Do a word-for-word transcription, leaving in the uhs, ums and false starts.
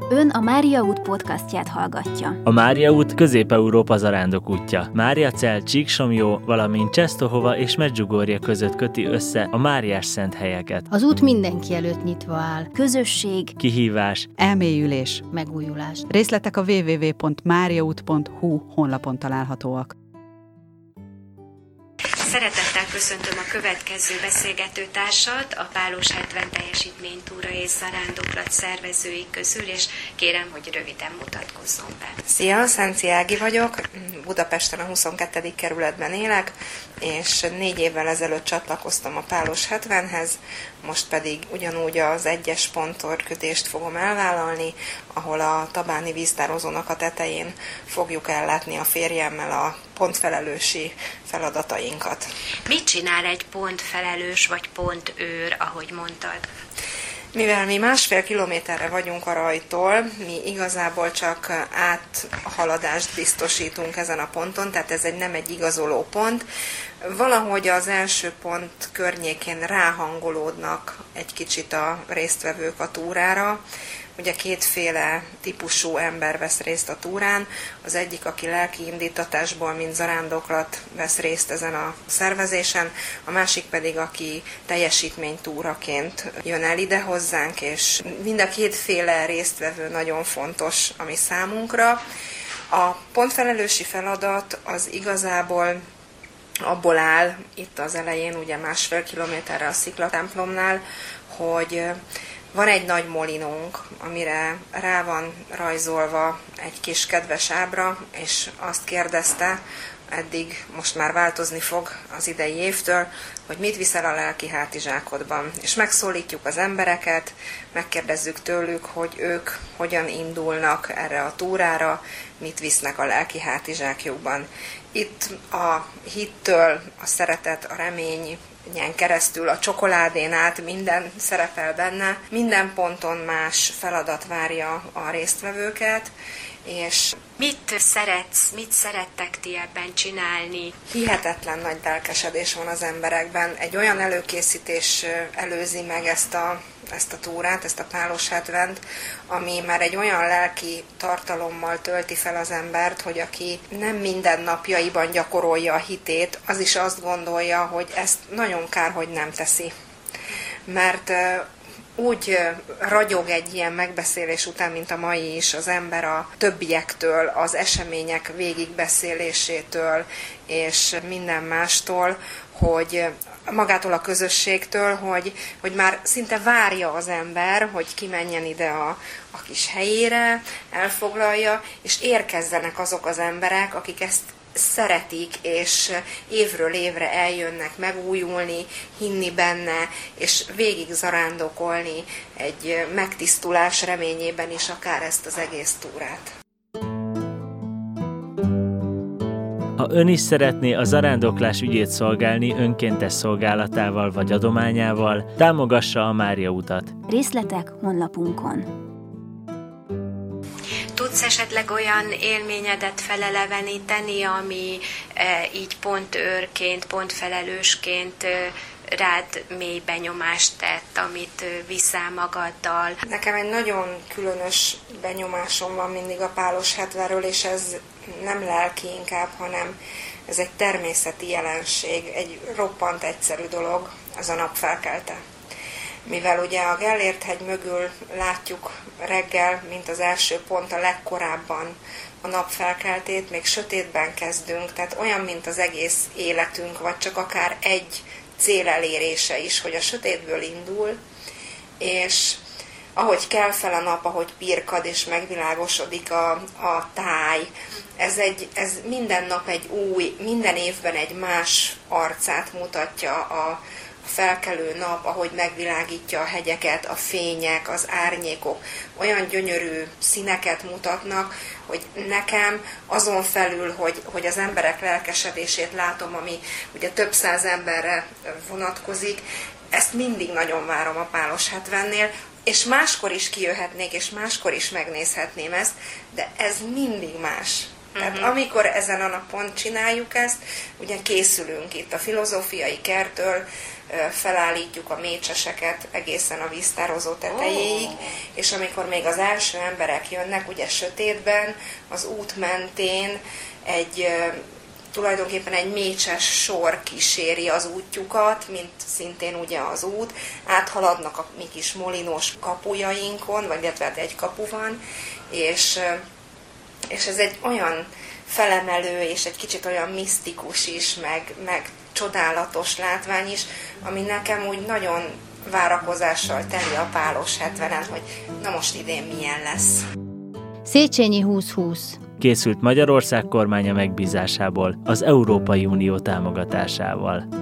Ön a Mária út podcastját hallgatja. A Mária út Közép-Európa zarándokútja. Máriacell, Csíksomlyó, valamint Czestohova és Medjugorje között köti össze a máriás szent helyeket. Az út mindenki előtt nyitva áll. Közösség, Kihívás, elmélyülés, Megújulás. Részletek a double-u double-u double-u pont mariaút pont hu honlapon találhatóak. Szeretettel köszöntöm a következő beszélgetőtársat, a Pálos hetven teljesítménytúra és zarándoklat szervezői közül, és kérem, hogy röviden mutatkozzon be. Szia, Szenci Ági vagyok, Budapesten a huszonkettedik kerületben élek, és négy évvel ezelőtt csatlakoztam a Pálos hetvenhez, most pedig ugyanúgy az egyes ponttorkötést fogom elvállalni, ahol a tabáni víztározónak a tetején fogjuk ellátni a férjemmel a pontfelelősi feladatainkat. Mit csinál egy pontfelelős vagy pontőr, ahogy mondtad? Mivel mi másfél kilométerre vagyunk a rajtól, mi igazából csak áthaladást biztosítunk ezen a ponton, tehát ez egy nem egy igazoló pont. Valahogy az első pont környékén ráhangolódnak egy kicsit a résztvevők a túrára. Ugye kétféle típusú ember vesz részt a túrán, az egyik, aki lelki indítatásból, mint zarándoklat vesz részt ezen a szervezésen, a másik pedig, aki teljesítménytúraként jön el ide hozzánk, és mind a kétféle résztvevő nagyon fontos a mi számunkra. A pontfelelősi feladat az igazából abból áll, itt az elején, ugye másfél kilométerre a Sziklatemplomnál, hogy van egy nagy molinónk, amire rá van rajzolva egy kis kedves ábra, és azt kérdezte, eddig most már változni fog az idei évtől, hogy mit viszel a lelki hátizsákodban. És megszólítjuk az embereket, megkérdezzük tőlük, hogy ők hogyan indulnak erre a túrára, mit visznek a lelki hátizsákjukban. Itt a hittől, a szeretet, a remény, keresztül a csokoládén át minden szerepel benne, minden ponton más feladat várja a résztvevőket, és Mit szeretsz, mit szerettek ti ebben csinálni? hihetetlen nagy lelkesedés van az emberekben. Egy olyan előkészítés előzi meg ezt a, ezt a túrát, ezt a Pálos hetvent, ami már egy olyan lelki tartalommal tölti fel az embert, hogy aki nem minden napjaiban gyakorolja a hitét, az is azt gondolja, hogy ezt nagyon kár, hogy nem teszi. Mert úgy ragyog egy ilyen megbeszélés után, mint a mai is, az ember a többiektől, az események végigbeszélésétől és minden mástól, hogy magától a közösségtől, hogy, hogy már szinte várja az ember, hogy kimenjen ide a, a kis helyére, elfoglalja, és érkezzenek azok az emberek, akik ezt szeretik, és évről évre eljönnek megújulni, hinni benne, és végig zarándokolni egy megtisztulás reményében is akár ezt az egész túrát. Ha ön is szeretné a zarándoklás ügyét szolgálni önkéntes szolgálatával vagy adományával, támogassa a Mária utat. részletek honlapunkon. Tudsz esetleg olyan élményedet feleleveníteni, ami e, így pontőrként, pontfelelősként e, rád mély benyomást tett, amit e, viszel magaddal? Nekem egy nagyon különös benyomásom van mindig a Pálos hetvenről, és ez nem lelki inkább, hanem ez egy természeti jelenség, egy roppant egyszerű dolog, az a napfelkelte. Mivel ugye a Gellért-hegy mögül látjuk reggel, mint az első pont a legkorábban a napfelkeltét, még sötétben kezdünk, tehát olyan, mint az egész életünk, vagy csak akár egy cél elérése is, hogy a sötétből indul, és ahogy kell fel a nap, ahogy pirkad és megvilágosodik a, a táj, ez, egy, ez minden nap egy új, minden évben egy más arcát mutatja a felkelő nap, ahogy megvilágítja a hegyeket, a fények, az árnyékok, olyan gyönyörű színeket mutatnak, hogy nekem azon felül, hogy, hogy az emberek lelkesedését látom, ami ugye több száz emberre vonatkozik, ezt mindig nagyon várom a Pálos hetvennél, és máskor is kijöhetnék, és máskor is megnézhetném ezt, de ez mindig más. Tehát Uh-huh. amikor ezen a napon csináljuk ezt, ugye készülünk itt a filozófiai kerttől, felállítjuk a mécseseket egészen a víztározó tetejéig, oh. és amikor még az első emberek jönnek, ugye sötétben, az út mentén egy tulajdonképpen egy mécses sor kíséri az útjukat, mint szintén ugye az út, áthaladnak a mi kis molinós kapujainkon, vagy illetve egy kapu van, és, és ez egy olyan felemelő, és egy kicsit olyan misztikus is, meg, meg csodálatos látvány is, ami nekem úgy nagyon várakozással teli a pálos hetvenen, hogy na most idén milyen lesz. Széchenyi húsz-húsz Készült Magyarország kormánya megbízásából, az Európai Unió támogatásával.